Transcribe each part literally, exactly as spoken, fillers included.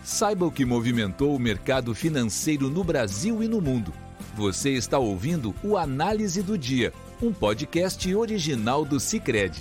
Saiba o que movimentou o mercado financeiro no Brasil e no mundo. Você está ouvindo o Análise do Dia, um podcast original do Sicredi.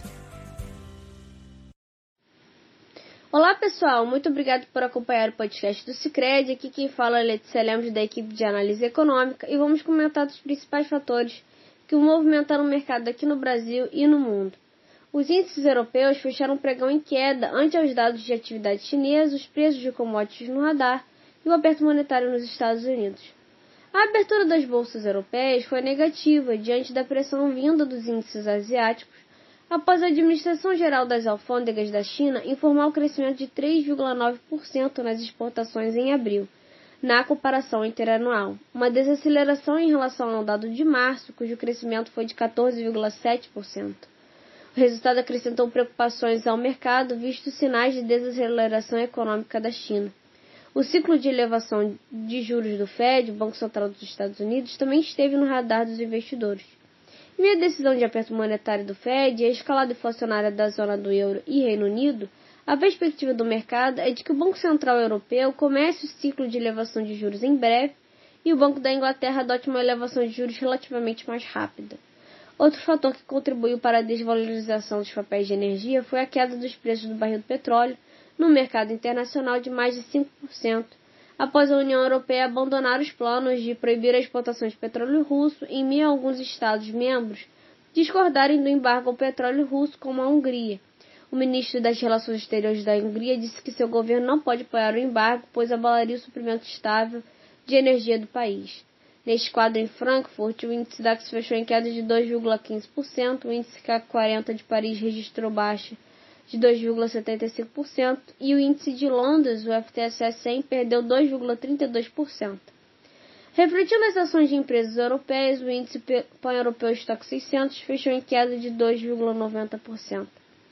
Olá pessoal, muito obrigado por acompanhar o podcast do Sicredi. Aqui quem fala é Letícia Lemos, da equipe de análise econômica, e vamos comentar os principais fatores que movimentaram o mercado aqui no Brasil e no mundo. Os índices europeus fecharam o pregão em queda ante aos dados de atividade chinesa, os preços de commodities no radar e o aperto monetário nos Estados Unidos. A abertura das bolsas europeias foi negativa diante da pressão vinda dos índices asiáticos, após a Administração Geral das Alfândegas da China informar o crescimento de três vírgula nove por cento nas exportações em abril, na comparação interanual, uma desaceleração em relação ao dado de março, cujo crescimento foi de quatorze vírgula sete por cento. O resultado acrescentou preocupações ao mercado, vistos sinais de desaceleração econômica da China. O ciclo de elevação de juros do F E D, o Banco Central dos Estados Unidos, também esteve no radar dos investidores. Em meio à decisão de aperto monetário do F E D e a escalada inflacionária da zona do euro e Reino Unido, a perspectiva do mercado é de que o Banco Central Europeu comece o ciclo de elevação de juros em breve e o Banco da Inglaterra adote uma elevação de juros relativamente mais rápida. Outro fator que contribuiu para a desvalorização dos papéis de energia foi a queda dos preços do barril do petróleo no mercado internacional de mais de cinco por cento, após a União Europeia abandonar os planos de proibir a exportação de petróleo russo em meio a alguns Estados-membros discordarem do embargo ao petróleo russo, como a Hungria. O ministro das Relações Exteriores da Hungria disse que seu governo não pode apoiar o embargo, pois abalaria o suprimento estável de energia do país. Neste quadro, em Frankfurt, o índice DAX fechou em queda de dois vírgula quinze por cento, o índice C A C quarenta de Paris registrou baixa de dois vírgula setenta e cinco por cento e o índice de Londres, o F T S E cem, perdeu dois vírgula trinta e dois por cento. Refletindo as ações de empresas europeias, o índice pan-europeu Stoxx seiscentos fechou em queda de dois vírgula noventa por cento.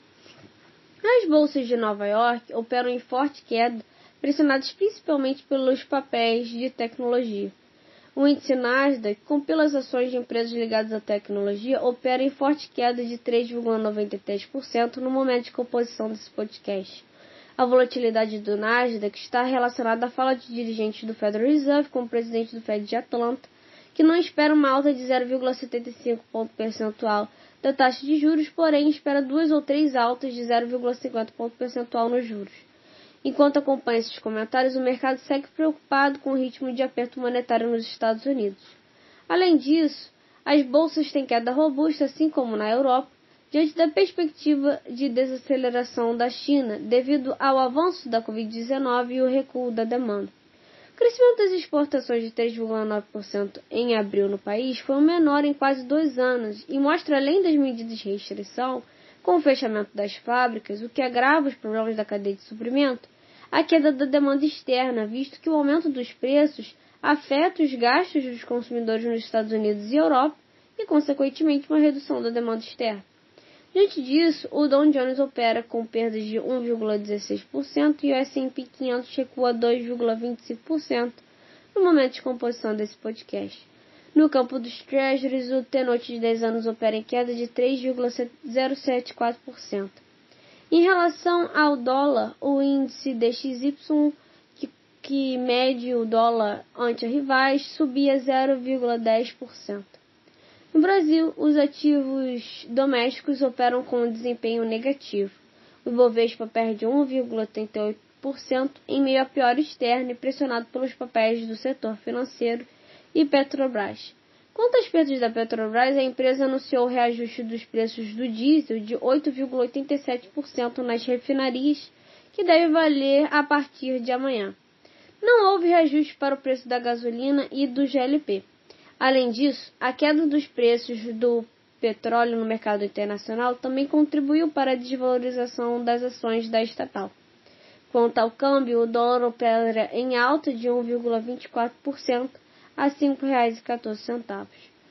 As bolsas de Nova York operam em forte queda, pressionadas principalmente pelos papéis de tecnologia. O índice Nasdaq, com pelas ações de empresas ligadas à tecnologia, opera em forte queda de três vírgula noventa e três por cento no momento de composição desse podcast. A volatilidade do Nasdaq está relacionada à fala de dirigentes do Federal Reserve com o presidente do Fed de Atlanta, que não espera uma alta de zero vírgula setenta e cinco ponto percentual da taxa de juros, porém espera duas ou três altas de zero vírgula cinquenta ponto percentual nos juros. Enquanto acompanha esses comentários, o mercado segue preocupado com o ritmo de aperto monetário nos Estados Unidos. Além disso, as bolsas têm queda robusta, assim como na Europa, diante da perspectiva de desaceleração da China devido ao avanço da covid dezenove e o recuo da demanda. O crescimento das exportações de três vírgula nove por cento em abril no país foi o menor em quase dois anos e mostra, além das medidas de restrição, com o fechamento das fábricas, o que agrava os problemas da cadeia de suprimento, a queda da demanda externa, visto que o aumento dos preços afeta os gastos dos consumidores nos Estados Unidos e Europa e, consequentemente, uma redução da demanda externa. Diante disso, o Dow Jones opera com perdas de um vírgula dezesseis por cento e o S and P quinhentos recua dois vírgula vinte e cinco por cento no momento de composição desse podcast. No campo dos Treasuries, o T-Note de dez anos opera em queda de três vírgula zero setenta e quatro por cento. Em relação ao dólar, o índice D X Y, que, que mede o dólar ante rivais, subia zero vírgula dez por cento. No Brasil, os ativos domésticos operam com um desempenho negativo. O Ibovespa perde um vírgula trinta e oito por cento em meio à piora externa e pressionado pelos papéis do setor financeiro e Petrobras. Quanto às perdas da Petrobras, a empresa anunciou o reajuste dos preços do diesel de oito vírgula oitenta e sete por cento nas refinarias, que deve valer a partir de amanhã. Não houve reajuste para o preço da gasolina e do G L P. Além disso, a queda dos preços do petróleo no mercado internacional também contribuiu para a desvalorização das ações da estatal. Quanto ao câmbio, o dólar opera em alta de um vírgula vinte e quatro por cento a cinco reais e quatorze centavos.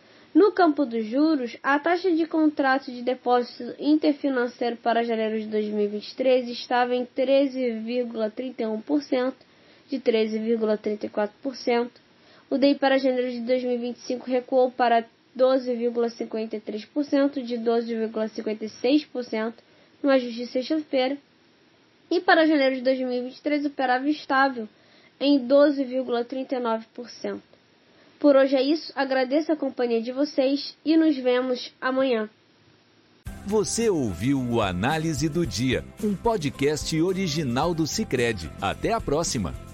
No campo dos juros, a taxa de contrato de depósito interfinanceiro para janeiro de dois mil e vinte e três estava em treze vírgula trinta e um por cento, de treze vírgula trinta e quatro por cento. O D I para janeiro de dois mil e vinte e cinco recuou para doze vírgula cinquenta e três por cento, de doze vírgula cinquenta e seis por cento no ajuste de sexta-feira. e para janeiro de dois mil e vinte e três operava estável em doze vírgula trinta e nove por cento. Por hoje é isso, agradeço a companhia de vocês e nos vemos amanhã. Você ouviu o Análise do Dia, um podcast original do Sicredi. Até a próxima!